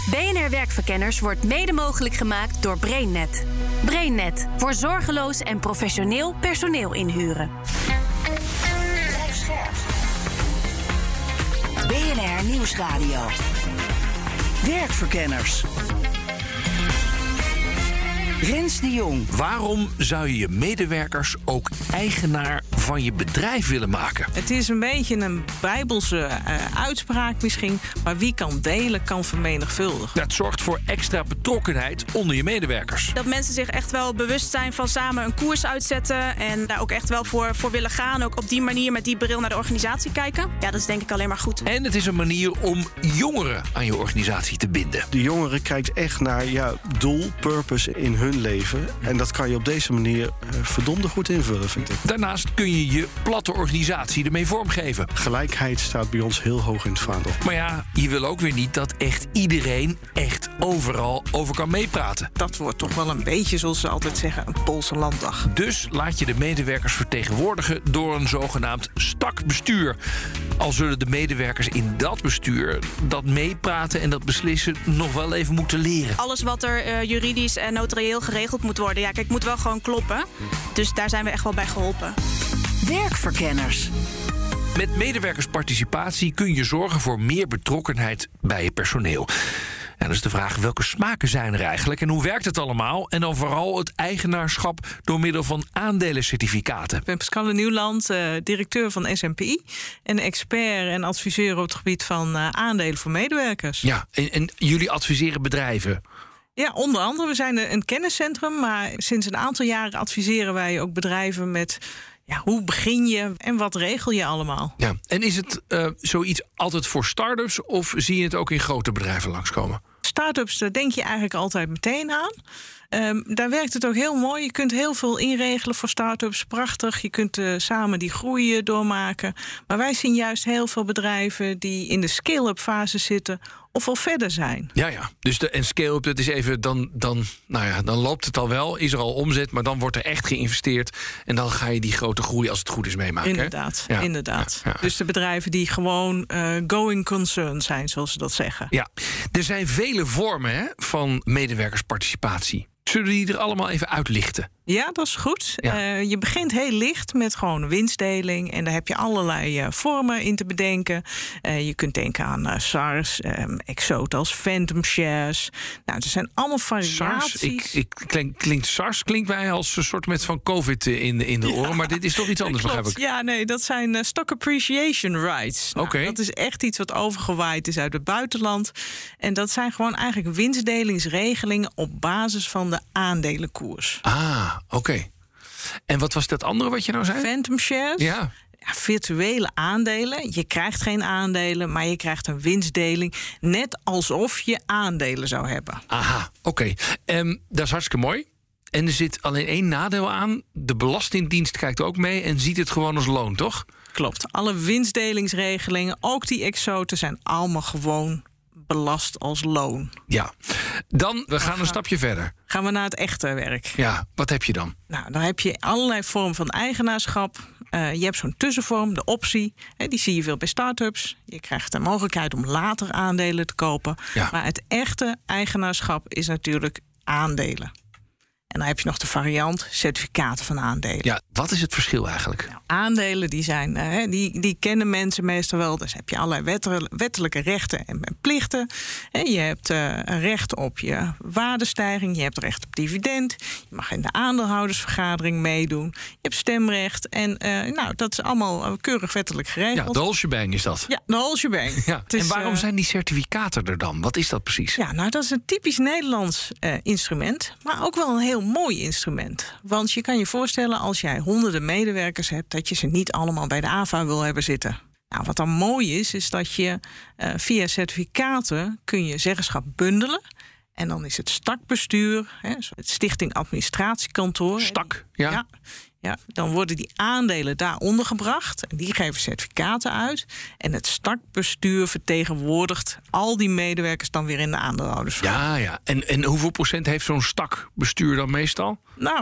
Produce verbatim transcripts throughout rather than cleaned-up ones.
B N R Werkverkenners wordt mede mogelijk gemaakt door BrainNet. BrainNet, voor zorgeloos en professioneel personeel inhuren. Blijf scherp. B N R Nieuwsradio. Werkverkenners. Rens de Jong. Waarom zou je je medewerkers ook eigenaar van je bedrijf willen maken? Het is een beetje een bijbelse uh, uitspraak misschien, maar wie kan delen, kan vermenigvuldigen. Dat zorgt voor extra betrokkenheid onder je medewerkers. Dat mensen zich echt wel bewust zijn van samen een koers uitzetten en daar ook echt wel voor, voor willen gaan. Ook op die manier met die bril naar de organisatie kijken. Ja, dat is denk ik alleen maar goed. En het is een manier om jongeren aan je organisatie te binden. De jongeren kijkt echt naar ja, doel, purpose in hun leven. En dat kan je op deze manier uh, verdomde goed invullen, vind ik. Daarnaast kun je je platte organisatie ermee vormgeven. Gelijkheid staat bij ons heel hoog in het vaandel. Maar ja, je wil ook weer niet dat echt iedereen echt overal over kan meepraten. Dat wordt toch wel een beetje, zoals ze altijd zeggen, een Poolse landdag. Dus laat je de medewerkers vertegenwoordigen door een zogenaamd stak bestuur. Al zullen de medewerkers in dat bestuur dat meepraten en dat beslissen nog wel even moeten leren. Alles wat er uh, juridisch en notarieel geregeld moet worden, ja, kijk, moet wel gewoon kloppen. Dus daar zijn we echt wel bij geholpen. Werkverkenners. Met medewerkersparticipatie kun je zorgen voor meer betrokkenheid bij je personeel. En dan is de vraag, welke smaken zijn er eigenlijk en hoe werkt het allemaal? En dan vooral het eigenaarschap door middel van aandelencertificaten. Ik ben Pascale Nieuwland, uh, directeur van S M P I en expert en adviseur op het gebied van uh, aandelen voor medewerkers. Ja, en, en jullie adviseren bedrijven? Ja, onder andere. We zijn een kenniscentrum, maar sinds een aantal jaren adviseren wij ook bedrijven met ja, hoe begin je en wat regel je allemaal. Ja. En is het uh, zoiets altijd voor start-ups of zie je het ook in grote bedrijven langskomen? Start-ups, daar denk je eigenlijk altijd meteen aan. Um, daar werkt het ook heel mooi. Je kunt heel veel inregelen voor start-ups. Prachtig. Je kunt uh, samen die groei doormaken. Maar wij zien juist heel veel bedrijven die in de scale-up fase zitten of al verder zijn. Ja, ja. Dus de, en scale-up, dat is even, dan, dan, nou ja, dan loopt het al wel, is er al omzet, maar dan wordt er echt geïnvesteerd en dan ga je die grote groei als het goed is meemaken. Inderdaad, hè? Ja. inderdaad. Ja, ja. Dus de bedrijven die gewoon uh, going concern zijn, zoals ze dat zeggen. Ja, er zijn vele vormen hè, van medewerkersparticipatie. Zullen we die er allemaal even uitlichten? Ja, dat is goed. Ja. Uh, je begint heel licht met gewoon winstdeling. En daar heb je allerlei uh, vormen in te bedenken. Uh, je kunt denken aan uh, S A R S, um, exoten als phantom shares. Nou, er zijn allemaal variaties. S A R S, ik, ik, klink, klinkt S A R S klinkt mij als een soort met van COVID in, in de oren. Ja, maar dit is toch iets anders, begrijp ik. Ja, nee, dat zijn uh, stock appreciation rights. Nou, okay. Dat is echt iets wat overgewaaid is uit het buitenland. En dat zijn gewoon eigenlijk winstdelingsregelingen op basis van de aandelenkoers. Ah. Oké. Okay. En wat was dat andere wat je nou zei? Phantom shares. Ja. Ja, virtuele aandelen. Je krijgt geen aandelen, maar je krijgt een winstdeling. Net alsof je aandelen zou hebben. Aha, oké. Okay. Um, dat is hartstikke mooi. En er zit alleen één nadeel aan. De Belastingdienst kijkt ook mee en ziet het gewoon als loon, toch? Klopt. Alle winstdelingsregelingen, ook die exoten, zijn allemaal gewoon belast als loon. Ja, dan we gaan een stapje verder. Gaan we naar het echte werk. Ja, wat heb je dan? Nou, dan heb je allerlei vormen van eigenaarschap. Uh, je hebt zo'n tussenvorm, de optie. Hè, die zie je veel bij start-ups. Je krijgt de mogelijkheid om later aandelen te kopen. Ja. Maar het echte eigenaarschap is natuurlijk aandelen. En dan heb je nog de variant certificaten van aandelen. Ja, wat is het verschil eigenlijk? Nou, aandelen die zijn, uh, die, die kennen mensen meestal wel. Dus heb je allerlei wette, wettelijke rechten en plichten. En je hebt uh, een recht op je waardestijging. Je hebt recht op dividend. Je mag in de aandeelhoudersvergadering meedoen. Je hebt stemrecht. En uh, nou, dat is allemaal keurig wettelijk geregeld. Ja, de whole shebang is dat. Ja, de whole shebang. Ja. Dus, en waarom uh, zijn die certificaten er dan? Wat is dat precies? Ja, nou, dat is een typisch Nederlands uh, instrument. Maar ook wel een heel mooi instrument. Want je kan je voorstellen, als jij honderden medewerkers hebt, dat je ze niet allemaal bij de A V A wil hebben zitten. Nou, wat dan mooi is, is dat je uh, via certificaten kun je zeggenschap bundelen. En dan is het stakbestuur, hè, het Stichting Administratiekantoor. Stak, ja. ja. Ja, dan worden die aandelen daar ondergebracht. En die geven certificaten uit. En het stakbestuur vertegenwoordigt al die medewerkers dan weer in de aandeelhoudersvergadering. Ja, ja. En, en hoeveel procent heeft zo'n stakbestuur dan meestal? Nou, dat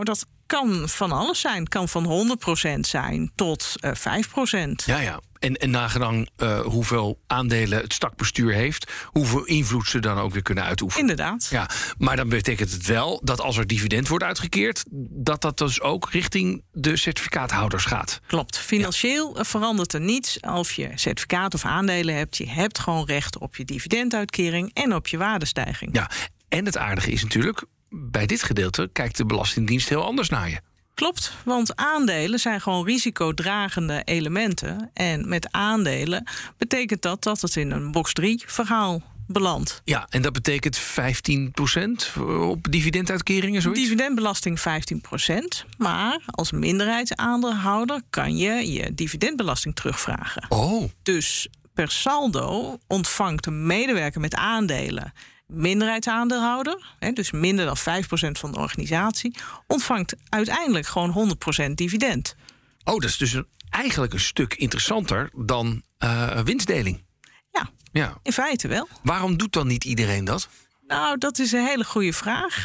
kan van alles zijn. Het kan van honderd procent zijn tot uh, vijf procent. Ja, ja. En, en nagelang uh, hoeveel aandelen het stakbestuur heeft, hoeveel invloed ze dan ook weer kunnen uitoefenen. Inderdaad. Ja, maar dan betekent het wel dat als er dividend wordt uitgekeerd, dat dat dus ook richting de certificaathouders gaat. Klopt. Financieel ja. verandert er niets of je certificaat of aandelen hebt. Je hebt gewoon recht op je dividenduitkering en op je waardestijging. Ja, en het aardige is natuurlijk, bij dit gedeelte kijkt de Belastingdienst heel anders naar je. Klopt, want aandelen zijn gewoon risicodragende elementen. En met aandelen betekent dat dat het in een box drie verhaal belandt. Ja, en dat betekent vijftien procent op dividenduitkeringen, zoiets? Dividendbelasting vijftien procent. Maar als minderheidsaandeelhouder kan je je dividendbelasting terugvragen. Oh. Dus per saldo ontvangt een medewerker met aandelen, minderheidsaandeelhouder, dus minder dan vijf procent van de organisatie, ontvangt uiteindelijk gewoon honderd procent dividend. Oh, dat is dus een, eigenlijk een stuk interessanter dan uh, winstdeling. Ja, ja, in feite wel. Waarom doet dan niet iedereen dat? Nou, dat is een hele goede vraag.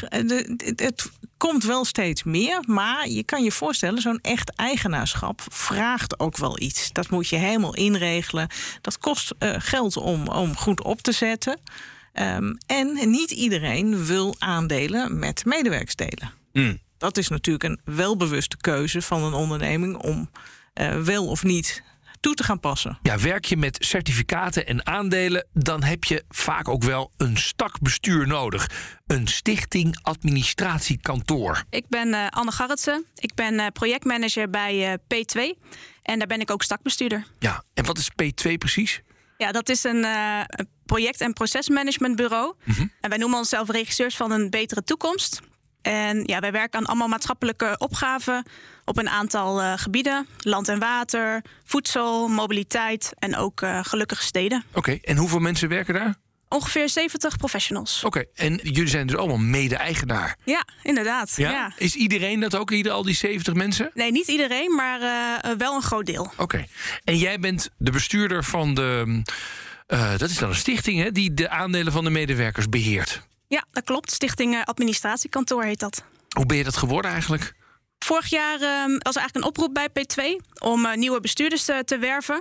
Het komt wel steeds meer, maar je kan je voorstellen, zo'n echt eigenaarschap vraagt ook wel iets. Dat moet je helemaal inregelen. Dat kost uh, geld om, om goed op te zetten. Um, en niet iedereen wil aandelen met medewerkers delen. Mm. Dat is natuurlijk een welbewuste keuze van een onderneming om uh, wel of niet toe te gaan passen. Ja, werk je met certificaten en aandelen, dan heb je vaak ook wel een stakbestuur nodig. Een stichting administratiekantoor. Ik ben uh, Anne Garretsen. Ik ben uh, projectmanager bij uh, P twee. En daar ben ik ook stakbestuurder. Ja, en wat is P twee precies? Ja, dat is een uh, project- en procesmanagementbureau. Mm-hmm. En wij noemen onszelf regisseurs van een betere toekomst. En ja, wij werken aan allemaal maatschappelijke opgaven op een aantal uh, gebieden. Land en water, voedsel, mobiliteit en ook uh, gelukkige steden. Oké, okay, en hoeveel mensen werken daar? Ongeveer zeventig professionals. Oké, okay, en jullie zijn dus allemaal mede-eigenaar? Ja, inderdaad. Ja? Ja. Is iedereen dat ook, ieder, al die zeventig mensen? Nee, niet iedereen, maar uh, wel een groot deel. Oké, okay. En jij bent de bestuurder van de... Uh, dat is dan een stichting, hè, die de aandelen van de medewerkers beheert? Ja, dat klopt. Stichting Administratiekantoor heet dat. Hoe ben je dat geworden eigenlijk? Vorig jaar uh, was er eigenlijk een oproep bij P twee om uh, nieuwe bestuurders uh, te werven.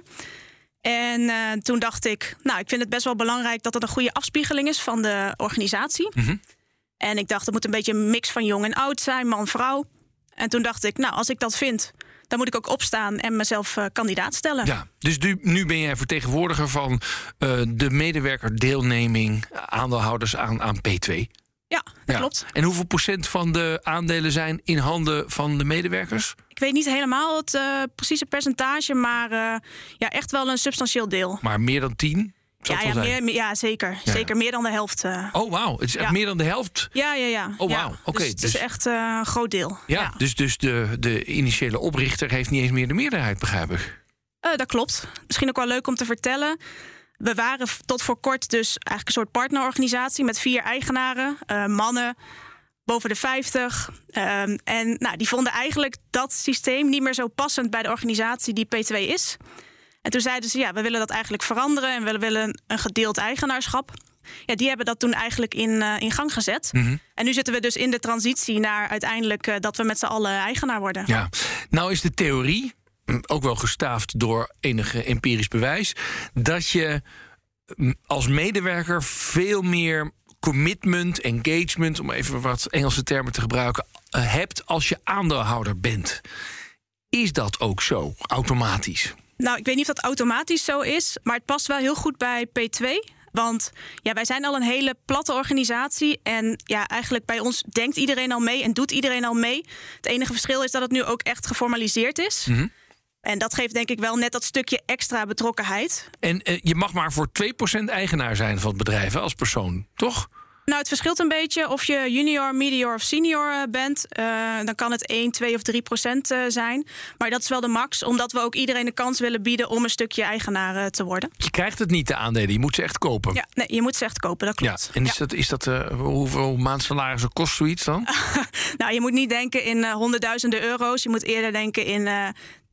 En uh, toen dacht ik, nou, ik vind het best wel belangrijk dat het een goede afspiegeling is van de organisatie. Mm-hmm. En ik dacht, het moet een beetje een mix van jong en oud zijn, man-vrouw. En toen dacht ik, nou, als ik dat vind, dan moet ik ook opstaan en mezelf uh, kandidaat stellen. Ja, dus nu, nu ben jij vertegenwoordiger van uh, de medewerkerdeelneming, aandeelhouders aan, aan P twee. Ja, dat ja. klopt. En hoeveel procent van de aandelen zijn in handen van de medewerkers? Ik weet niet helemaal het uh, precieze percentage, maar uh, ja, echt wel een substantieel deel. Maar meer dan tien? Ja, ja, meer, ja, zeker. Ja. Zeker meer dan de helft. Uh. Oh, wauw. Het is echt ja. meer dan de helft? Ja, ja, ja. Oh, wauw. Ja. Oké. Okay, dus het dus... is echt uh, een groot deel. Ja, ja. dus, dus de, de initiële oprichter heeft niet eens meer de meerderheid, begrijp ik. Uh, dat klopt. Misschien ook wel leuk om te vertellen. We waren tot voor kort dus eigenlijk een soort partnerorganisatie met vier eigenaren, uh, mannen, boven de vijftig. Um, en nou, die vonden eigenlijk dat systeem niet meer zo passend bij de organisatie die P twee is. En toen zeiden ze, ja, we willen dat eigenlijk veranderen en we willen een gedeeld eigenaarschap. Ja, die hebben dat toen eigenlijk in, uh, in gang gezet. Mm-hmm. En nu zitten we dus in de transitie naar uiteindelijk uh, dat we met z'n allen eigenaar worden. Ja, nou is de theorie, ook wel gestaafd door enige empirisch bewijs, dat je als medewerker veel meer commitment, engagement, om even wat Engelse termen te gebruiken, uh, hebt als je aandeelhouder bent. Is dat ook zo, automatisch? Nou, ik weet niet of dat automatisch zo is, maar het past wel heel goed bij P twee. Want ja, wij zijn al een hele platte organisatie. En ja, eigenlijk bij ons denkt iedereen al mee en doet iedereen al mee. Het enige verschil is dat het nu ook echt geformaliseerd is. Mm-hmm. En dat geeft denk ik wel net dat stukje extra betrokkenheid. En uh, je mag maar voor twee procent eigenaar zijn van het bedrijf, hè, als persoon, toch? Nou, het verschilt een beetje of je junior, medior of senior bent. Uh, dan kan het één, twee of drie procent uh, zijn. Maar dat is wel de max, omdat we ook iedereen de kans willen bieden om een stukje eigenaar uh, te worden. Je krijgt het niet, de aandelen, je moet ze echt kopen. Ja, nee, je moet ze echt kopen, dat klopt. Ja, en is ja. dat, is dat uh, hoeveel maandsalarissen kost zoiets dan? Nou, je moet niet denken in uh, honderdduizenden euro's. Je moet eerder denken in uh,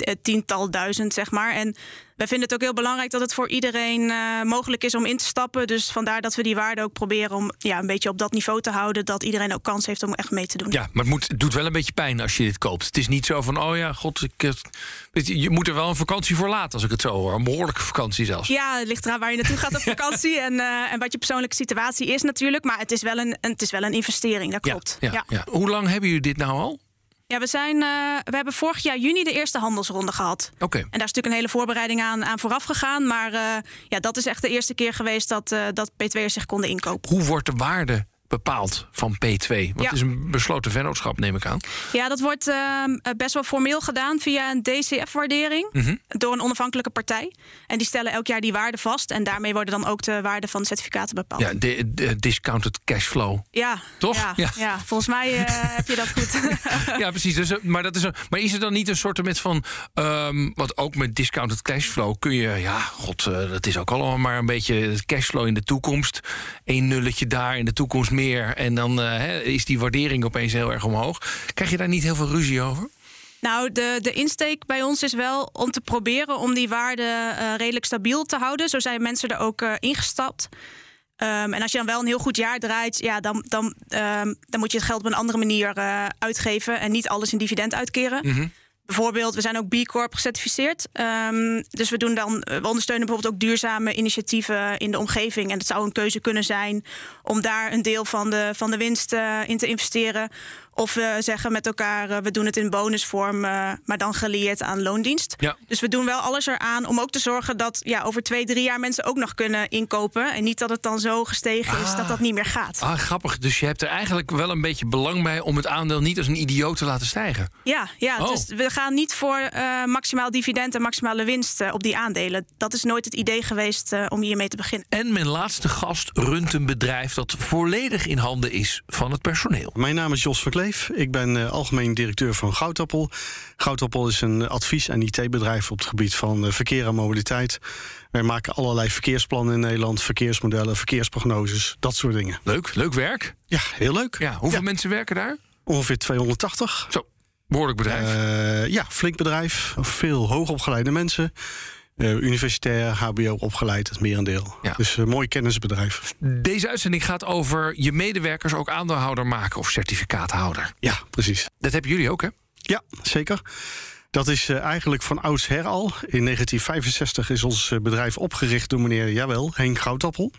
tiental duizend, zeg maar. En wij vinden het ook heel belangrijk dat het voor iedereen uh, mogelijk is om in te stappen. Dus vandaar dat we die waarde ook proberen om ja, een beetje op dat niveau te houden. Dat iedereen ook kans heeft om echt mee te doen. Ja, maar het, moet, het doet wel een beetje pijn als je dit koopt. Het is niet zo van, oh ja, god, ik, je moet er wel een vakantie voor laten als ik het zo hoor. Een behoorlijke vakantie zelfs. Ja, het ligt eraan waar je naartoe gaat op vakantie. en, uh, en wat je persoonlijke situatie is natuurlijk. Maar het is wel een, het is wel een investering, dat klopt. Ja, ja, ja. Ja. Hoe lang hebben jullie dit nou al? Ja, we, zijn, uh, we hebben vorig jaar juni de eerste handelsronde gehad. Oké. Okay. En daar is natuurlijk een hele voorbereiding aan, aan vooraf gegaan. Maar uh, ja, dat is echt de eerste keer geweest dat, uh, dat P tweeërs zich konden inkopen. Hoe wordt de waarde bepaald van P twee? Want ja. het is een besloten vennootschap, neem ik aan. Ja, dat wordt uh, best wel formeel gedaan via een D C F-waardering... Mm-hmm. door een onafhankelijke partij. En die stellen elk jaar die waarde vast. En daarmee worden dan ook de waarden van de certificaten bepaald. Ja, de, de discounted cashflow. Ja. Toch? Ja, ja. ja volgens mij uh, heb je dat goed. Ja, precies. Dus, maar, dat is een, maar is er dan niet een soort van... Um, wat ook met discounted cashflow kun je... Ja, god, uh, dat is ook allemaal maar een beetje cashflow in de toekomst. Eén nulletje daar, in de toekomst meer. En dan uh, he, is die waardering opeens heel erg omhoog. Krijg je daar niet heel veel ruzie over? Nou, de, de insteek bij ons is wel om te proberen om die waarde uh, redelijk stabiel te houden. Zo zijn mensen er ook uh, ingestapt. Um, en als je dan wel een heel goed jaar draait, ja, dan, dan, um, dan moet je het geld op een andere manier uh, uitgeven en niet alles in dividend uitkeren. Mm-hmm. Bijvoorbeeld, we zijn ook B Corp gecertificeerd. Um, dus we, doen dan, we ondersteunen bijvoorbeeld ook duurzame initiatieven in de omgeving. En het zou een keuze kunnen zijn om daar een deel van de, van de winst uh, in te investeren. Of we zeggen met elkaar, uh, we doen het in bonusvorm, uh, maar dan gelieerd aan loondienst. Ja. Dus we doen wel alles eraan om ook te zorgen dat ja, over twee, drie jaar mensen ook nog kunnen inkopen. En niet dat het dan zo gestegen is ah. dat dat niet meer gaat. Ah, grappig. Dus je hebt er eigenlijk wel een beetje belang bij om het aandeel niet als een idioot te laten stijgen. Ja, ja oh. dus we gaan niet voor uh, maximaal dividend en maximale winst uh, op die aandelen. Dat is nooit het idee geweest uh, om hiermee te beginnen. En mijn laatste gast runt een bedrijf dat volledig in handen is van het personeel. Mijn naam is Jos van Kleef. Ik ben uh, algemeen directeur van Goudappel. Goudappel is een advies- en I T-bedrijf op het gebied van uh, verkeer en mobiliteit. Wij maken allerlei verkeersplannen in Nederland, verkeersmodellen, verkeersprognoses, dat soort dingen. Leuk, leuk werk. Ja, heel leuk. Ja, hoeveel ja. mensen werken daar? Ongeveer tweehonderdtachtig. Zo, behoorlijk bedrijf. Uh, ja, flink bedrijf. Veel hoogopgeleide mensen. Uh, universitair, H B O opgeleid, het merendeel. Ja. Dus een uh, mooi kennisbedrijf. Deze uitzending gaat over je medewerkers ook aandeelhouder maken of certificaathouder. Ja, precies. Dat hebben jullie ook, hè? Ja, zeker. Dat is uh, eigenlijk van oudsher al. In negentien vijfenzestig is ons uh, bedrijf opgericht door meneer, jawel, Henk Goudappel.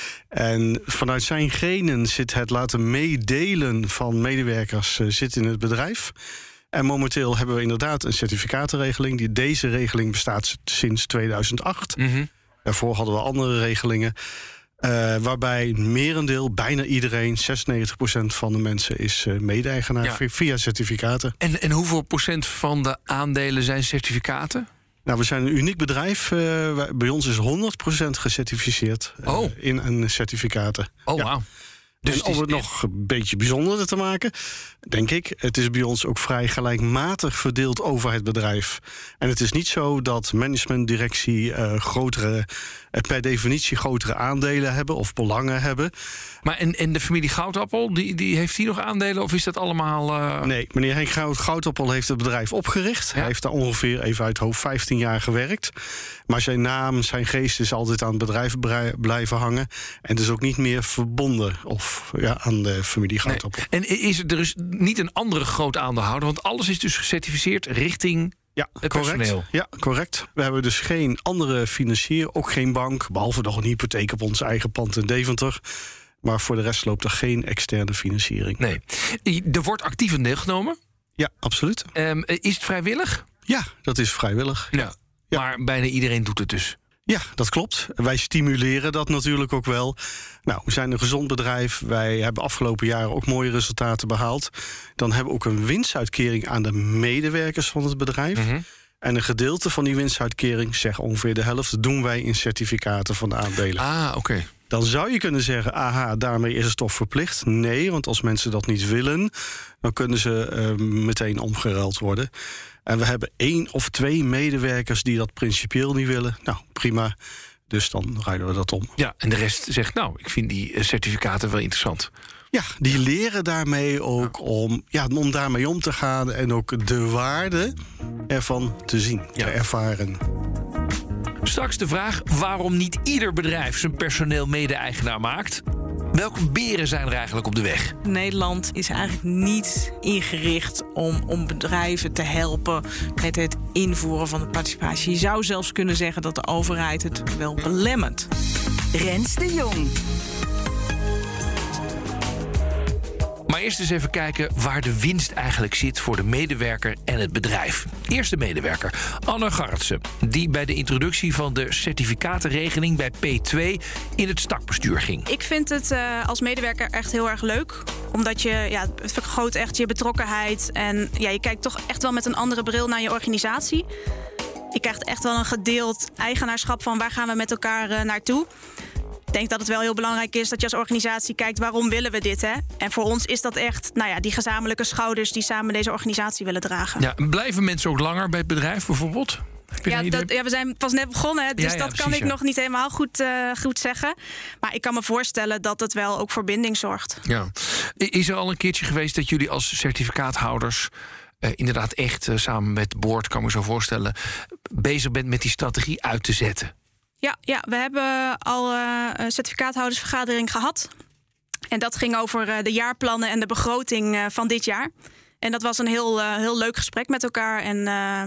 En vanuit zijn genen zit het laten meedelen van medewerkers uh, zit in het bedrijf. En momenteel hebben we inderdaad een certificatenregeling. Die, deze regeling bestaat sinds tweeduizend acht. Mm-hmm. Daarvoor hadden we andere regelingen. Uh, waarbij merendeel, bijna iedereen, zesennegentig procent van de mensen is uh, mede-eigenaar ja. via certificaten. En, en hoeveel procent van de aandelen zijn certificaten? Nou, we zijn een uniek bedrijf. Uh, wij, bij ons is honderd procent gecertificeerd uh, oh. in een certificaten. Oh, ja. wauw. Dus en om het, het nog een beetje bijzonderder te maken, denk ik, het is bij ons ook vrij gelijkmatig verdeeld over het bedrijf. En het is niet zo dat management, directie uh, grotere, uh, per definitie grotere aandelen hebben of belangen hebben. Maar en, en de familie Goudappel, die, die heeft die nog aandelen of is dat allemaal... Uh... Nee, meneer Henk Goudappel heeft het bedrijf opgericht. Ja? Hij heeft daar ongeveer, even uit hoofd, vijftien jaar gewerkt. Maar zijn naam, zijn geest is altijd aan het bedrijf blijven hangen. En dus ook niet meer verbonden of, ja, aan de familie Goudappel. Nee. En is er dus niet een andere groot aandeelhouder? Want alles is dus gecertificeerd richting ja, het correct. personeel. Ja, correct. We hebben dus geen andere financier, ook geen bank, behalve nog een hypotheek op ons eigen pand in Deventer. Maar voor de rest loopt er geen externe financiering. Nee. Er wordt actief aan deelgenomen? Ja, absoluut. Um, is het vrijwillig? Ja, dat is vrijwillig. Ja. Ja. Maar bijna iedereen doet het dus. Ja, dat klopt. Wij stimuleren dat natuurlijk ook wel. Nou, we zijn een gezond bedrijf. Wij hebben afgelopen jaren ook mooie resultaten behaald. Dan hebben we ook een winstuitkering aan de medewerkers van het bedrijf. Mm-hmm. En een gedeelte van die winstuitkering, zeg ongeveer de helft, doen wij in certificaten van de aandelen. Ah, oké. Okay. Dan zou je kunnen zeggen, aha, daarmee is het toch verplicht? Nee, want als mensen dat niet willen, dan kunnen ze uh, meteen omgeruild worden. En we hebben één of twee medewerkers die dat principieel niet willen. Nou, prima. Dus dan rijden we dat om. Ja, en de rest zegt, nou, ik vind die uh, certificaten wel interessant. Ja, die leren daarmee ook om, ja, om daarmee om te gaan en ook de waarde ervan te zien, Ja. te ervaren. Straks de vraag waarom niet ieder bedrijf zijn personeel mede-eigenaar maakt. Welke beren zijn er eigenlijk op de weg? Nederland is eigenlijk niet ingericht om, om bedrijven te helpen met het invoeren van de participatie. Je zou zelfs kunnen zeggen dat de overheid het wel belemmert. Rens de Jong. Maar eerst eens even kijken waar de winst eigenlijk zit voor de medewerker en het bedrijf. Eerste medewerker, Anne Garretsen, die bij de introductie van de certificatenregeling bij P twee in het stakbestuur ging. Ik vind het uh, als medewerker echt heel erg leuk. Omdat je, ja, het vergroot echt je betrokkenheid. En ja, je kijkt toch echt wel met een andere bril naar je organisatie. Je krijgt echt wel een gedeeld eigenaarschap van waar gaan we met elkaar uh, naartoe. Ik denk dat het wel heel belangrijk is dat je als organisatie kijkt waarom willen we dit, hè? En voor ons is dat echt, nou ja, die gezamenlijke schouders die samen deze organisatie willen dragen. Ja, blijven mensen ook langer bij het bedrijf bijvoorbeeld? Heb je Ja, een idee? dat, ja, we zijn pas net begonnen, hè, dus Ja, ja, dat precies, kan ik ja. nog niet helemaal goed, uh, goed zeggen. Maar ik kan me voorstellen dat het wel ook voor binding zorgt. Ja. Is er al een keertje geweest dat jullie als certificaathouders Uh, inderdaad echt uh, samen met het board, kan ik me zo voorstellen, bezig bent met die strategie uit te zetten? Ja, ja, we hebben al uh, een certificaathoudersvergadering gehad. En dat ging over uh, de jaarplannen en de begroting uh, van dit jaar. En dat was een heel, uh, heel leuk gesprek met elkaar. En uh,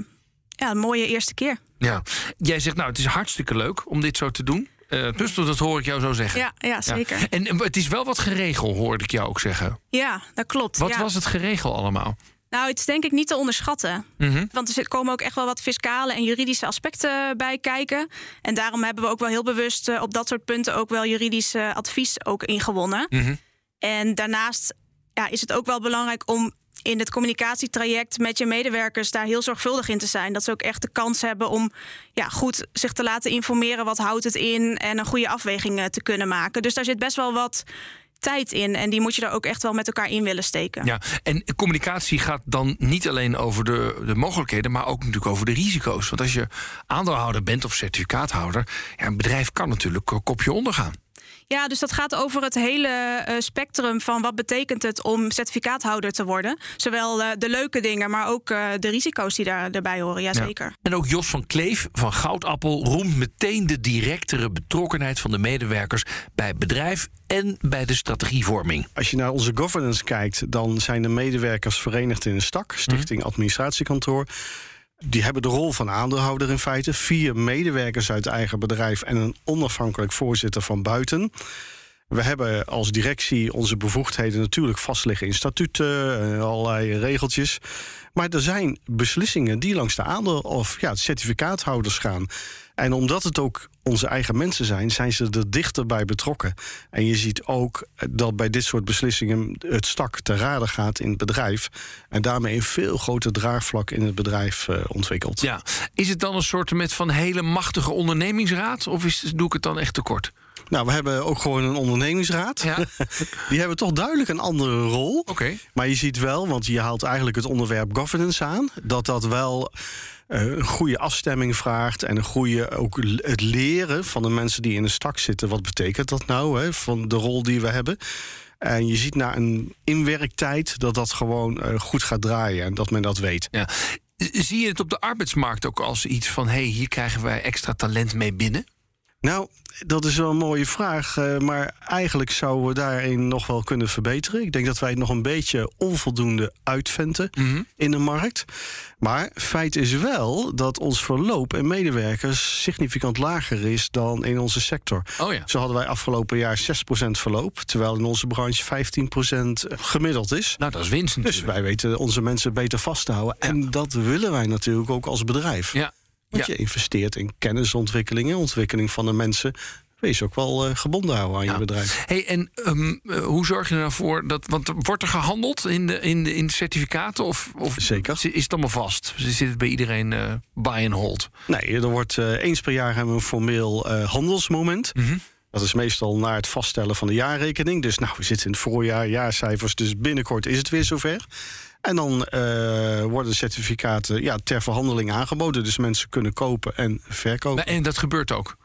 ja, een mooie eerste keer. Ja. Jij zegt, nou, het is hartstikke leuk om dit zo te doen. Uh, dus dat hoor ik jou zo zeggen. Ja, ja zeker. Ja. En het is wel wat geregeld, hoorde ik jou ook zeggen. Ja, dat klopt. Wat ja. was het geregeld allemaal? Nou, het is denk ik niet te onderschatten. Mm-hmm. Want er komen ook echt wel wat fiscale en juridische aspecten bij kijken. En daarom hebben we ook wel heel bewust uh, op dat soort punten ook wel juridisch uh, advies ook ingewonnen. Mm-hmm. En daarnaast ja, is het ook wel belangrijk om in het communicatietraject met je medewerkers daar heel zorgvuldig in te zijn. Dat ze ook echt de kans hebben om ja, goed zich te laten informeren. Wat houdt het in? En een goede afweging uh, te kunnen maken. Dus daar zit best wel wat tijd in. En die moet je er ook echt wel met elkaar in willen steken. Ja, en communicatie gaat dan niet alleen over de, de mogelijkheden, maar ook natuurlijk over de risico's. Want als je aandeelhouder bent of certificaathouder, ja, een bedrijf kan natuurlijk een kopje ondergaan. Ja, dus dat gaat over het hele uh, spectrum van wat betekent het om certificaathouder te worden. Zowel uh, de leuke dingen, maar ook uh, de risico's die daar, daarbij horen, jazeker. Ja. En ook Jos van Kleef van Goudappel roemt meteen de directere betrokkenheid van de medewerkers bij het bedrijf en bij de strategievorming. Als je naar onze governance kijkt, dan zijn de medewerkers verenigd in een stak, Stichting Administratiekantoor. Die hebben de rol van aandeelhouder in feite. Vier medewerkers uit eigen bedrijf en een onafhankelijk voorzitter van buiten. We hebben als directie onze bevoegdheden natuurlijk vastliggen in statuten en allerlei regeltjes. Maar er zijn beslissingen die langs de aandeel- of ja, certificaathouders gaan. En omdat het ook onze eigen mensen zijn, zijn ze er dichter bij betrokken. En je ziet ook dat bij dit soort beslissingen het stak te rade gaat in het bedrijf. En daarmee een veel groter draagvlak in het bedrijf uh, ontwikkelt. Ja. Is het dan een soort met van hele machtige ondernemingsraad? Of is, doe ik het dan echt tekort? Nou, we hebben ook gewoon een ondernemingsraad. Ja. Die hebben toch duidelijk een andere rol. Okay. Maar je ziet wel, want je haalt eigenlijk het onderwerp governance aan, dat dat wel uh, een goede afstemming vraagt en een goede ook het leren van de mensen die in de stak zitten. Wat betekent dat nou, hè, van de rol die we hebben? En je ziet na een inwerktijd dat dat gewoon uh, goed gaat draaien en dat men dat weet. Ja. Zie je het op de arbeidsmarkt ook als iets van, hé, hey, hier krijgen wij extra talent mee binnen? Nou, dat is wel een mooie vraag. Uh, maar eigenlijk zouden we daarin nog wel kunnen verbeteren. Ik denk dat wij het nog een beetje onvoldoende uitventen mm-hmm. in de markt. Maar feit is wel dat ons verloop en medewerkers significant lager is dan in onze sector. Oh ja. Zo hadden wij afgelopen jaar zes procent verloop, terwijl in onze branche vijftien procent gemiddeld is. Nou, dat is winst natuurlijk. Dus wij weten onze mensen beter vast te houden. Ja. En dat willen wij natuurlijk ook als bedrijf. Ja. Want ja. je investeert in kennisontwikkeling en ontwikkeling van de mensen. Wees ook wel uh, gebonden houden aan ja. je bedrijf. Hey, en um, uh, hoe zorg je ervoor dat, want wordt er gehandeld in de, in de, in de certificaten? Of, of Zeker. Is het allemaal vast? Zit het bij iedereen uh, buy and hold? Nee, er wordt uh, eens per jaar hebben we een formeel uh, handelsmoment. Mm-hmm. Dat is meestal na het vaststellen van de jaarrekening. Dus nou, we zitten in het voorjaar, jaarcijfers, dus binnenkort is het weer zover. En dan uh, worden de certificaten ja, ter verhandeling aangeboden. Dus mensen kunnen kopen en verkopen. En dat gebeurt ook?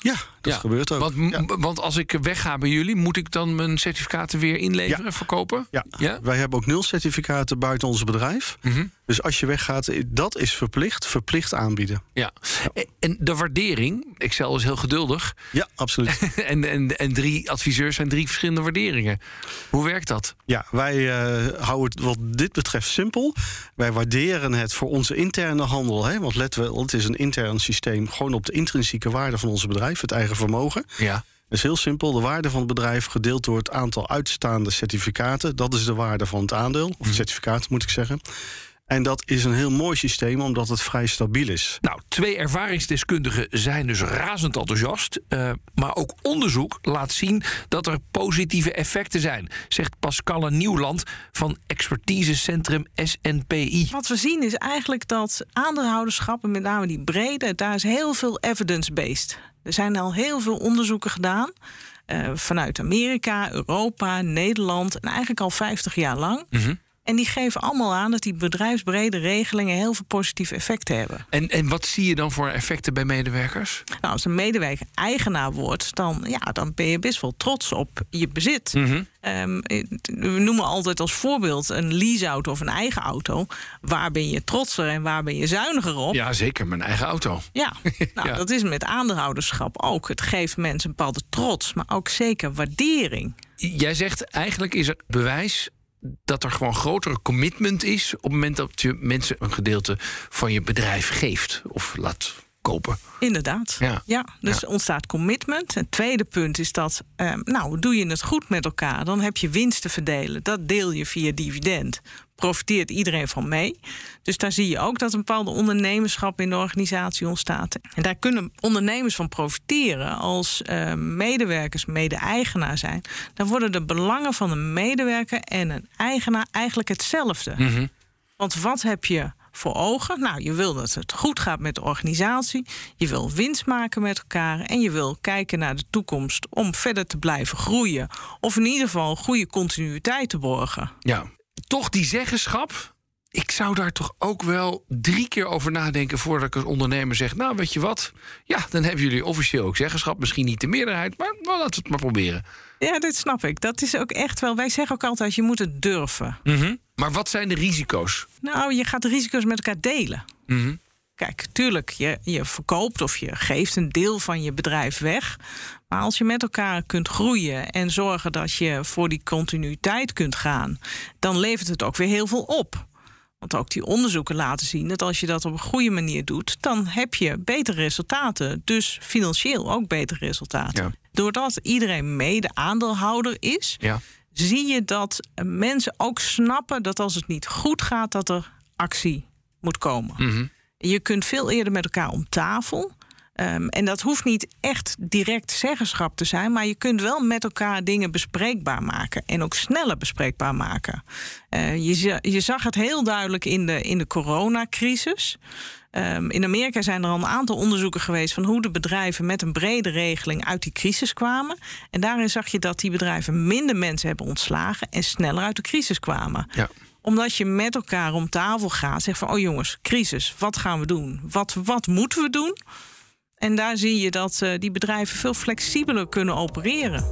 Ja, dat Ja, gebeurt ook. Want, ja. want als ik wegga bij jullie, moet ik dan mijn certificaten weer inleveren en Ja. verkopen? Ja. Ja? Wij hebben ook nul certificaten buiten ons bedrijf. Mm-hmm. Dus als je weggaat, dat is verplicht, verplicht aanbieden. Ja. En de waardering, Excel is heel geduldig. Ja, absoluut. en, en, en drie adviseurs zijn drie verschillende waarderingen. Hoe werkt dat? Ja, wij uh, houden het wat dit betreft simpel. Wij waarderen het voor onze interne handel. Hè, want let wel, het is een intern systeem. Gewoon op de intrinsieke waarde van ons bedrijf, het eigen vermogen. Ja. Dat is heel simpel. De waarde van het bedrijf gedeeld door het aantal uitstaande certificaten. Dat is de waarde van het aandeel. Of het certificaat, moet ik zeggen. En dat is een heel mooi systeem, omdat het vrij stabiel is. Nou, twee ervaringsdeskundigen zijn dus razend enthousiast. Uh, maar ook onderzoek laat zien dat er positieve effecten zijn, zegt Pascalle Nieuwland van expertisecentrum S N P I. Wat we zien is eigenlijk dat aandeelhouderschappen, met name die brede, daar is heel veel evidence-based. Er zijn al heel veel onderzoeken gedaan. Uh, vanuit Amerika, Europa, Nederland en eigenlijk al vijftig jaar lang. Mm-hmm. En die geven allemaal aan dat die bedrijfsbrede regelingen heel veel positieve effecten hebben. En, en wat zie je dan voor effecten bij medewerkers? Nou, als een medewerker eigenaar wordt, dan, ja, dan ben je best wel trots op je bezit. Mm-hmm. Um, we noemen altijd als voorbeeld een leaseauto of een eigen auto. Waar ben je trotser en waar ben je zuiniger op? Ja, zeker, mijn eigen auto. Ja, nou, Ja. dat is met aandeelhouderschap ook. Het geeft mensen een bepaalde trots, maar ook zeker waardering. Jij zegt eigenlijk is het bewijs dat er gewoon grotere commitment is op het moment dat je mensen een gedeelte van je bedrijf geeft of laat kopen. Inderdaad. Ja. Ja, dus Ja. er ontstaat commitment. Het tweede punt is dat, eh, nou, doe je het goed met elkaar, dan heb je winst te verdelen. Dat deel je via dividend. Profiteert iedereen van mee. Dus daar zie je ook dat een bepaalde ondernemerschap in de organisatie ontstaat. En daar kunnen ondernemers van profiteren als uh, medewerkers mede-eigenaar zijn. Dan worden de belangen van een medewerker en een eigenaar eigenlijk hetzelfde. Mm-hmm. Want wat heb je voor ogen? Nou, je wil dat het goed gaat met de organisatie. Je wil winst maken met elkaar. En je wil kijken naar de toekomst om verder te blijven groeien. Of in ieder geval goede continuïteit te borgen. Ja, toch die zeggenschap. Ik zou daar toch ook wel drie keer over nadenken voordat ik als ondernemer zeg, nou, weet je wat? Ja, dan hebben jullie officieel ook zeggenschap. Misschien niet de meerderheid, maar nou, laten we het maar proberen. Ja, dit snap ik. Dat is ook echt wel. Wij zeggen ook altijd, je moet het durven. Mm-hmm. Maar wat zijn de risico's? Nou, je gaat de risico's met elkaar delen. Mm-hmm. Kijk, tuurlijk, je, je verkoopt of je geeft een deel van je bedrijf weg. Maar als je met elkaar kunt groeien en zorgen dat je voor die continuïteit kunt gaan, dan levert het ook weer heel veel op. Want ook die onderzoeken laten zien dat als je dat op een goede manier doet, dan heb je betere resultaten. Dus financieel ook betere resultaten. Ja. Doordat iedereen mede aandeelhouder is, Ja. zie je dat mensen ook snappen dat als het niet goed gaat, dat er actie moet komen. Mm-hmm. Je kunt veel eerder met elkaar om tafel. Um, en dat hoeft niet echt direct zeggenschap te zijn, maar je kunt wel met elkaar dingen bespreekbaar maken en ook sneller bespreekbaar maken. Uh, je, je zag het heel duidelijk in de, in de coronacrisis. Um, in Amerika zijn er al een aantal onderzoeken geweest van hoe de bedrijven met een brede regeling uit die crisis kwamen. En daarin zag je dat die bedrijven minder mensen hebben ontslagen en sneller uit de crisis kwamen. Ja. Omdat je met elkaar om tafel gaat, zegt van, oh jongens, crisis, wat gaan we doen? Wat, wat moeten we doen? En daar zie je dat uh, die bedrijven veel flexibeler kunnen opereren.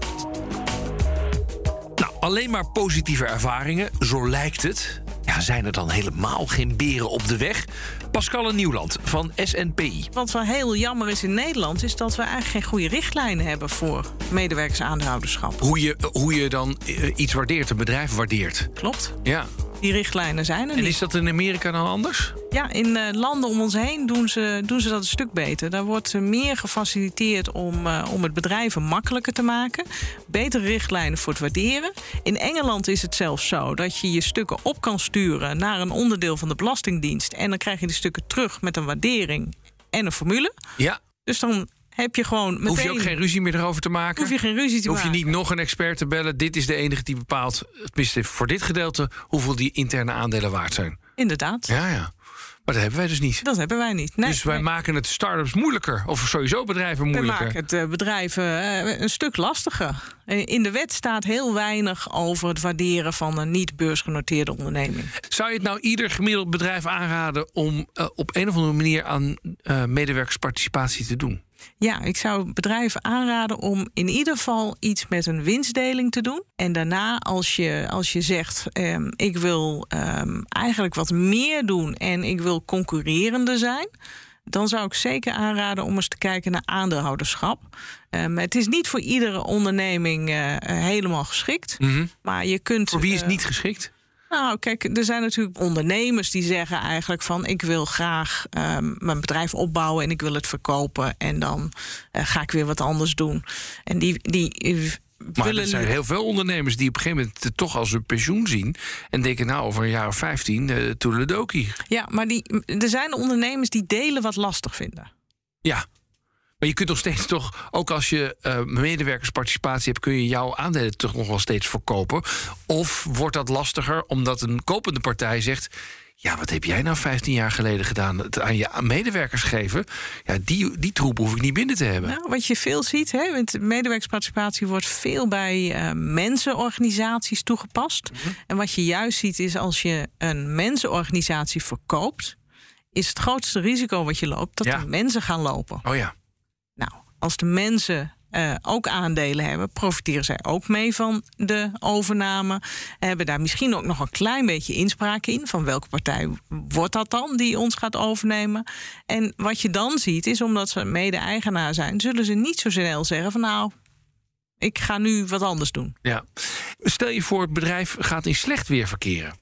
Nou, alleen maar positieve ervaringen, zo lijkt het. Ja, zijn er dan helemaal geen beren op de weg? Pascalle Nieuwland van S N P I. Wat wel heel jammer is in Nederland, is dat we eigenlijk geen goede richtlijnen hebben voor medewerkersaandeelhouderschap. Hoe je, hoe je dan uh, iets waardeert, een bedrijf waardeert. Klopt. Ja. Die richtlijnen zijn er En niet. is dat in Amerika dan anders? Ja, in uh, landen om ons heen doen ze, doen ze dat een stuk beter. Daar wordt uh, meer gefaciliteerd om, uh, om het bedrijven makkelijker te maken. Betere richtlijnen voor het waarderen. In Engeland is het zelfs zo dat je je stukken op kan sturen naar een onderdeel van de Belastingdienst. En dan krijg je die stukken terug met een waardering en een formule. Ja. Dus dan heb je gewoon meteen... Hoef je ook geen ruzie meer erover te maken? Hoef je geen ruzie te Hoef je maken. niet nog een expert te bellen. Dit is de enige die bepaalt, tenminste voor dit gedeelte, hoeveel die interne aandelen waard zijn. Inderdaad. Ja, ja. Maar dat hebben wij dus niet. Dat hebben wij niet. Nee, dus wij nee. maken het start-ups moeilijker. Of sowieso bedrijven We moeilijker. maken het uh, bedrijven uh, een stuk lastiger. In de wet staat heel weinig over het waarderen van een niet-beursgenoteerde onderneming. Zou je het nou ieder gemiddeld bedrijf aanraden om uh, op een of andere manier aan uh, medewerkersparticipatie te doen? Ja, ik zou bedrijven aanraden om in ieder geval iets met een winstdeling te doen. En daarna, als je, als je zegt, um, ik wil um, eigenlijk wat meer doen en ik wil concurrerender zijn, dan zou ik zeker aanraden om eens te kijken naar aandeelhouderschap. Um, het is niet voor iedere onderneming uh, helemaal geschikt. Mm-hmm. Maar je kunt. Voor wie is het uh, niet geschikt? Nou, kijk, er zijn natuurlijk ondernemers die zeggen eigenlijk van, ik wil graag um, mijn bedrijf opbouwen en ik wil het verkopen en dan uh, ga ik weer wat anders doen. En die, die uh, Maar willen er zijn heel veel ondernemers die op een gegeven moment het toch als een pensioen zien en denken, nou, over een jaar of vijftien, uh, toedeledokie. Ja, maar die, er zijn ondernemers die delen wat lastig vinden. Ja. Maar je kunt nog steeds toch, ook als je uh, medewerkersparticipatie hebt, kun je jouw aandelen toch nog wel steeds verkopen. Of wordt dat lastiger omdat een kopende partij zegt, ja, wat heb jij nou vijftien jaar geleden gedaan? Het aan je medewerkers geven, ja, die, die troep hoef ik niet binnen te hebben. Nou, wat je veel ziet, hè, want medewerkersparticipatie wordt veel bij uh, mensenorganisaties toegepast. Mm-hmm. En wat je juist ziet is als je een mensenorganisatie verkoopt, is het grootste risico wat je loopt dat ja. de mensen gaan lopen. Oh ja. Nou, als de mensen uh, ook aandelen hebben, profiteren zij ook mee van de overname. Hebben daar misschien ook nog een klein beetje inspraak in. Van welke partij wordt dat dan die ons gaat overnemen? En wat je dan ziet is, omdat ze mede-eigenaar zijn, zullen ze niet zo snel zeggen van nou, ik ga nu wat anders doen. Ja. Stel je voor, het bedrijf gaat in slecht weer verkeren.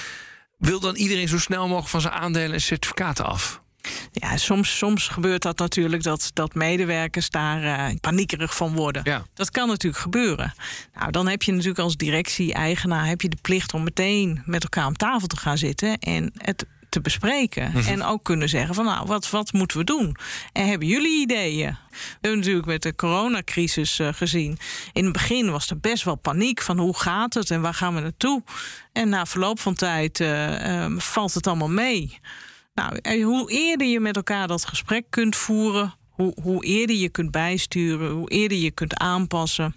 Wil dan iedereen zo snel mogelijk van zijn aandelen en certificaten af? Ja, soms, soms gebeurt dat natuurlijk dat, dat medewerkers daar uh, paniekerig van worden. Ja. Dat kan natuurlijk gebeuren. Nou, dan heb je natuurlijk als directie-eigenaar heb je de plicht om meteen met elkaar om tafel te gaan zitten en het te bespreken. Mm-hmm. En ook kunnen zeggen van nou, wat, wat moeten we doen? En hebben jullie ideeën? We hebben natuurlijk met de coronacrisis uh, gezien. In het begin was er best wel paniek van hoe gaat het en waar gaan we naartoe? En na verloop van tijd uh, um, valt het allemaal mee. Nou, hoe eerder je met elkaar dat gesprek kunt voeren, hoe, hoe eerder je kunt bijsturen, hoe eerder je kunt aanpassen.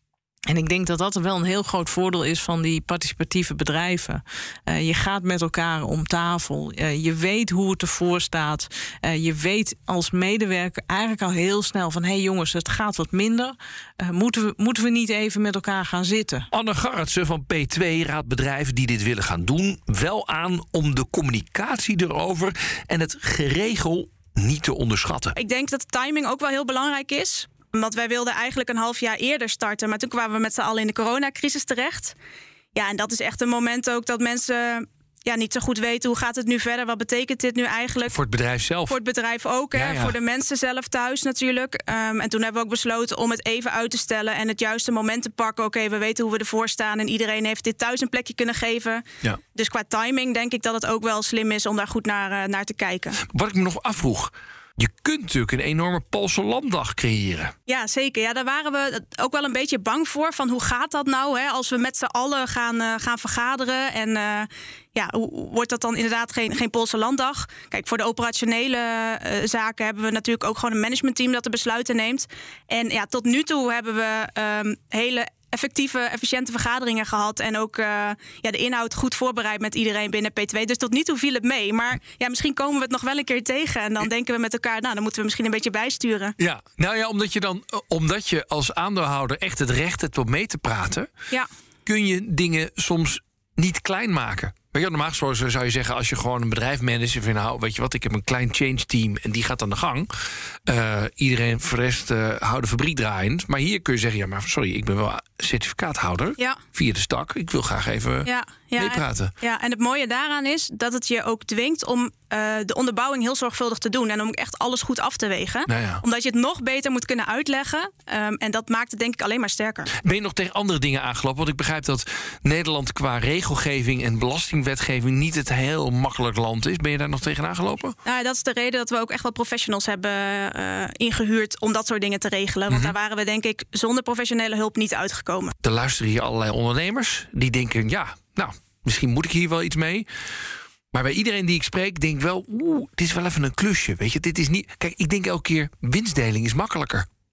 En ik denk dat dat wel een heel groot voordeel is van die participatieve bedrijven. Uh, je gaat met elkaar om tafel. Uh, je weet hoe het ervoor staat. Uh, je weet als medewerker eigenlijk al heel snel van, hé hey jongens, het gaat wat minder. Uh, moeten we, moeten we niet even met elkaar gaan zitten? Anne Garretsen van P twee raadt bedrijven die dit willen gaan doen wel aan om de communicatie erover en het geregel niet te onderschatten. Ik denk dat de timing ook wel heel belangrijk is. Want wij wilden eigenlijk een half jaar eerder starten, maar toen kwamen we met z'n allen in de coronacrisis terecht. Ja, en dat is echt een moment ook dat mensen ja, niet zo goed weten hoe gaat het nu verder, wat betekent dit nu eigenlijk? Voor het bedrijf zelf. Voor het bedrijf ook, ja, hè? Ja. Voor de mensen zelf thuis natuurlijk. Um, en toen hebben we ook besloten om het even uit te stellen en het juiste moment te pakken. Oké, okay, we weten hoe we ervoor staan en iedereen heeft dit thuis een plekje kunnen geven. Ja. Dus qua timing denk ik dat het ook wel slim is om daar goed naar, uh, naar te kijken. Wat ik me nog afvroeg, je kunt natuurlijk een enorme Poolse landdag creëren. Ja, zeker. Ja, daar waren we ook wel een beetje bang voor. Van hoe gaat dat nou, hè? Als we met z'n allen gaan, uh, gaan vergaderen. En uh, ja, hoe wordt dat dan inderdaad geen, geen Poolse landdag? Kijk, voor de operationele uh, zaken hebben we natuurlijk ook gewoon een managementteam dat de besluiten neemt. En ja, tot nu toe hebben we um, hele effectieve, efficiënte vergaderingen gehad. En ook uh, ja, de inhoud goed voorbereid met iedereen binnen P twee. Dus tot nu toe viel het mee. Maar ja, misschien komen we het nog wel een keer tegen. En dan denken we met elkaar, nou, dan moeten we misschien een beetje bijsturen. Ja, nou ja, omdat je dan, omdat je als aandeelhouder echt het recht hebt om mee te praten, ja. kun je dingen soms niet klein maken. Weet je, normaal gesproken zou je zeggen, als je gewoon een bedrijf managt, van nou, weet je wat, ik heb een klein change team en die gaat aan de gang. Uh, iedereen voor de rest uh, houdt de fabriek draaiend. Maar hier kun je zeggen, ja, maar sorry, ik ben wel certificaathouder ja. via de stak. Ik wil graag even ja, ja, meepraten. En, ja, en het mooie daaraan is dat het je ook dwingt om uh, de onderbouwing heel zorgvuldig te doen en om echt alles goed af te wegen. Nou ja. Omdat je het nog beter moet kunnen uitleggen. Um, en dat maakt het denk ik alleen maar sterker. Ben je nog tegen andere dingen aangelopen? Want ik begrijp dat Nederland qua regelgeving en belastingwetgeving niet het heel makkelijk land is. Ben je daar nog tegen aangelopen? Nou, dat is de reden dat we ook echt wel professionals hebben uh, ingehuurd om dat soort dingen te regelen. Want mm-hmm. daar waren we denk ik zonder professionele hulp niet uitgekomen. Er luisteren hier allerlei ondernemers die denken, ja, nou, misschien moet ik hier wel iets mee. Maar bij iedereen die ik spreek, denk ik wel, oeh, dit is wel even een klusje. Weet je, dit is niet. Kijk, ik denk elke keer, winstdeling is makkelijker.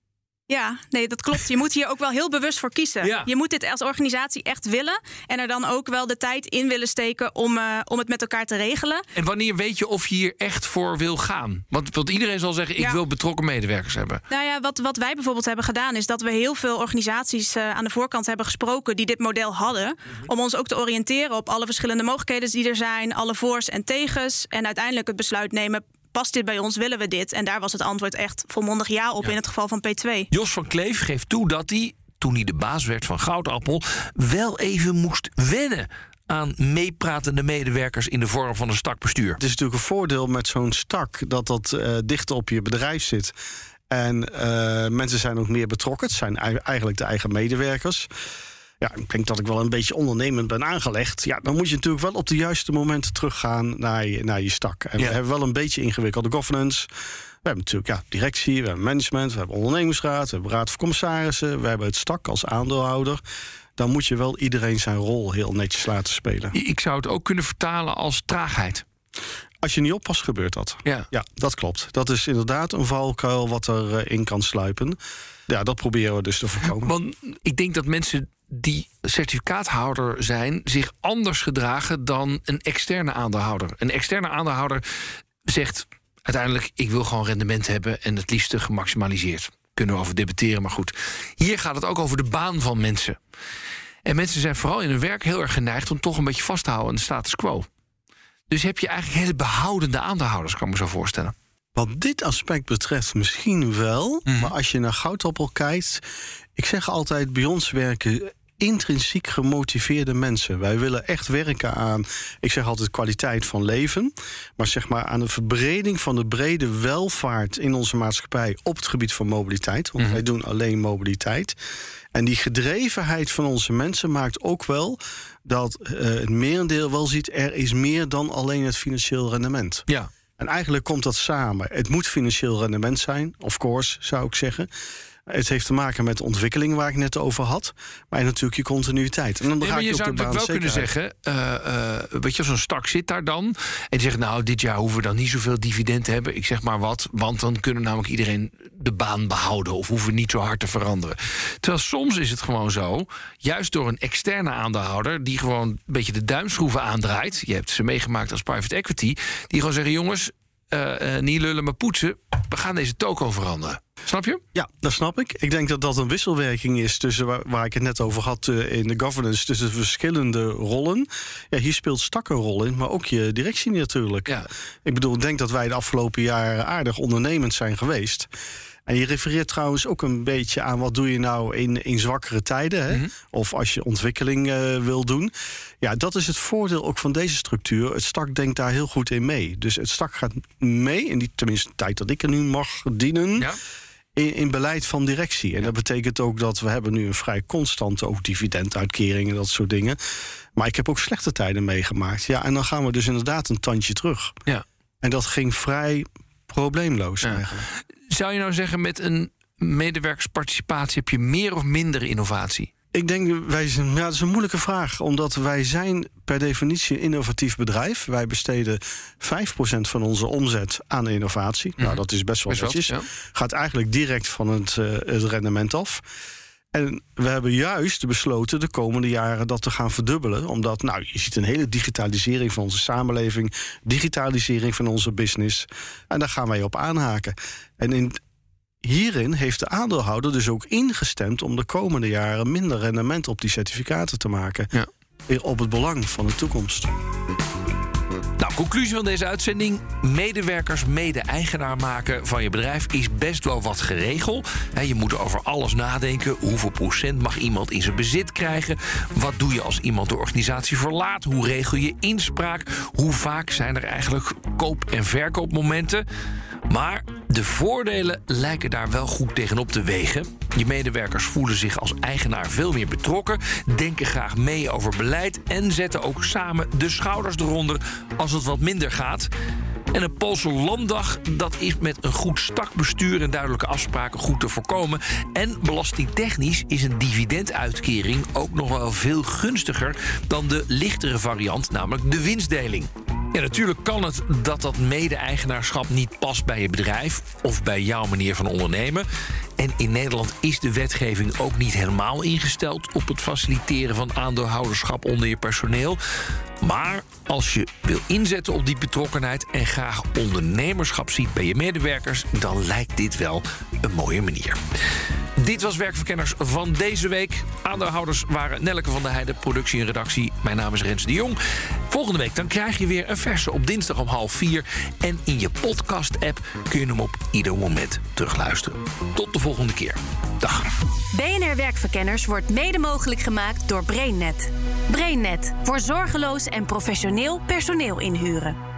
Ja, nee, dat klopt. Je moet hier ook wel heel bewust voor kiezen. Ja. Je moet dit als organisatie echt willen. En er dan ook wel de tijd in willen steken om, uh, om het met elkaar te regelen. En wanneer weet je of je hier echt voor wil gaan? Want, want iedereen zal zeggen, ik Ja. wil betrokken medewerkers hebben. Nou ja, wat, wat wij bijvoorbeeld hebben gedaan, is dat we heel veel organisaties uh, aan de voorkant hebben gesproken die dit model hadden. Mm-hmm. Om ons ook te oriënteren op alle verschillende mogelijkheden die er zijn, alle voor's en tegens. En uiteindelijk het besluit nemen. Past dit bij ons? Willen we dit? En daar was het antwoord echt volmondig ja op ja. in het geval van P twee. Jos van Kleef geeft toe dat hij, toen hij de baas werd van Goudappel, wel even moest wennen aan meepratende medewerkers in de vorm van een stakbestuur. Het is natuurlijk een voordeel met zo'n stak dat dat uh, dicht op je bedrijf zit. En uh, mensen zijn ook meer betrokken. Het zijn eigenlijk de eigen medewerkers. Ja, ik denk dat ik wel een beetje ondernemend ben aangelegd. Ja, dan moet je natuurlijk wel op de juiste momenten teruggaan naar je, naar je stak. En ja. we hebben wel een beetje ingewikkelde governance. We hebben natuurlijk ja, directie, we hebben management, we hebben ondernemingsraad, we hebben raad van commissarissen, we hebben het stak als aandeelhouder. Dan moet je wel iedereen zijn rol heel netjes laten spelen. Ik zou het ook kunnen vertalen als traagheid. Als je niet oppast, gebeurt dat. Ja. ja, dat klopt. Dat is inderdaad een valkuil wat erin kan sluipen. Ja, dat proberen we dus te voorkomen. Want ik denk dat mensen die certificaathouder zijn zich anders gedragen dan een externe aandeelhouder. Een externe aandeelhouder zegt uiteindelijk, ik wil gewoon rendement hebben en het liefste gemaximaliseerd. Kunnen we over debatteren, maar goed. Hier gaat het ook over de baan van mensen. En mensen zijn vooral in hun werk heel erg geneigd om toch een beetje vast te houden aan de status quo. Dus heb je eigenlijk hele behoudende aandeelhouders, kan ik me zo voorstellen. Wat dit aspect betreft misschien wel. Mm. Maar als je naar Goudappel kijkt, ik zeg altijd, bij ons werken intrinsiek gemotiveerde mensen. Wij willen echt werken aan, ik zeg altijd, kwaliteit van leven. Maar zeg maar aan de verbreding van de brede welvaart in onze maatschappij op het gebied van mobiliteit. Want mm. wij doen alleen mobiliteit. En die gedrevenheid van onze mensen maakt ook wel dat uh, het merendeel wel ziet, er is meer dan alleen het financieel rendement. Ja. En eigenlijk komt dat samen. Het moet financieel rendement zijn, of course, zou ik zeggen. Het heeft te maken met de ontwikkeling waar ik net over had. Maar natuurlijk je continuïteit. En dan nee, maar je, je zou natuurlijk wel kunnen zeggen, uh, uh, weet je, zo'n stak zit daar dan. En die zegt, nou, dit jaar hoeven we dan niet zoveel dividend te hebben. Ik zeg maar wat, want dan kunnen namelijk iedereen de baan behouden. Of hoeven we niet zo hard te veranderen. Terwijl soms is het gewoon zo, juist door een externe aandeelhouder die gewoon een beetje de duimschroeven aandraait. Je hebt ze meegemaakt als private equity. Die gewoon zeggen, jongens, uh, uh, niet lullen maar poetsen. We gaan deze toko veranderen. Snap je? Ja, dat snap ik. Ik denk dat dat een wisselwerking is tussen waar, waar ik het net over had uh, in de governance, tussen verschillende rollen. Ja, hier speelt stak een rol in, maar ook je directie natuurlijk. Ja. Ik bedoel, ik denk dat wij de afgelopen jaren aardig ondernemend zijn geweest. En je refereert trouwens ook een beetje aan wat doe je nou in, in zwakkere tijden. Hè? Mm-hmm. Of als je ontwikkeling uh, wil doen. Ja, dat is het voordeel ook van deze structuur. Het stak denkt daar heel goed in mee. Dus het stak gaat mee, in die tenminste de tijd dat ik er nu mag dienen. Ja. In, in beleid van directie. En dat betekent ook dat we hebben nu een vrij constante ook dividenduitkering en dat soort dingen. Maar ik heb ook slechte tijden meegemaakt. Ja, en dan gaan we dus inderdaad een tandje terug. Ja. En dat ging vrij probleemloos ja. eigenlijk. Zou je nou zeggen, met een medewerkersparticipatie heb je meer of minder innovatie? Ik denk, wij zijn, ja, dat is een moeilijke vraag. Omdat wij zijn per definitie een innovatief bedrijf. Wij besteden vijf procent van onze omzet aan innovatie. Mm-hmm. Nou, dat is best wel best netjes. Ja. Gaat eigenlijk direct van het, uh, het rendement af. En we hebben juist besloten de komende jaren dat te gaan verdubbelen. Omdat, nou, je ziet een hele digitalisering van onze samenleving. Digitalisering van onze business. En daar gaan wij op aanhaken. En in hierin heeft de aandeelhouder dus ook ingestemd om de komende jaren minder rendement op die certificaten te maken. Ja. Op het belang van de toekomst. Nou, conclusie van deze uitzending. Medewerkers mede-eigenaar maken van je bedrijf is best wel wat geregel. Je moet over alles nadenken. Hoeveel procent mag iemand in zijn bezit krijgen? Wat doe je als iemand de organisatie verlaat? Hoe regel je inspraak? Hoe vaak zijn er eigenlijk koop- en verkoopmomenten? Maar de voordelen lijken daar wel goed tegenop te wegen. Je medewerkers voelen zich als eigenaar veel meer betrokken, denken graag mee over beleid en zetten ook samen de schouders eronder als het wat minder gaat. En een Poolse landdag, dat is met een goed stakbestuur en duidelijke afspraken goed te voorkomen. En belastingtechnisch is een dividenduitkering ook nog wel veel gunstiger dan de lichtere variant, namelijk de winstdeling. Ja, natuurlijk kan het dat dat mede-eigenaarschap niet past bij je bedrijf of bij jouw manier van ondernemen. En in Nederland is de wetgeving ook niet helemaal ingesteld op het faciliteren van aandeelhouderschap onder je personeel. Maar als je wil inzetten op die betrokkenheid en graag ondernemerschap ziet bij je medewerkers, dan lijkt dit wel een mooie manier. Dit was Werkverkenners van deze week. Aandeelhouders waren Nelleke van der Heijden, productie en redactie. Mijn naam is Rens de Jong. Volgende week dan krijg je weer een verse op dinsdag om half vier. En in je podcast-app kun je hem op ieder moment terugluisteren. Tot de volgende keer. Dag. B N R Werkverkenners wordt mede mogelijk gemaakt door BrainNet. BrainNet voor zorgeloos en professioneel personeel inhuren.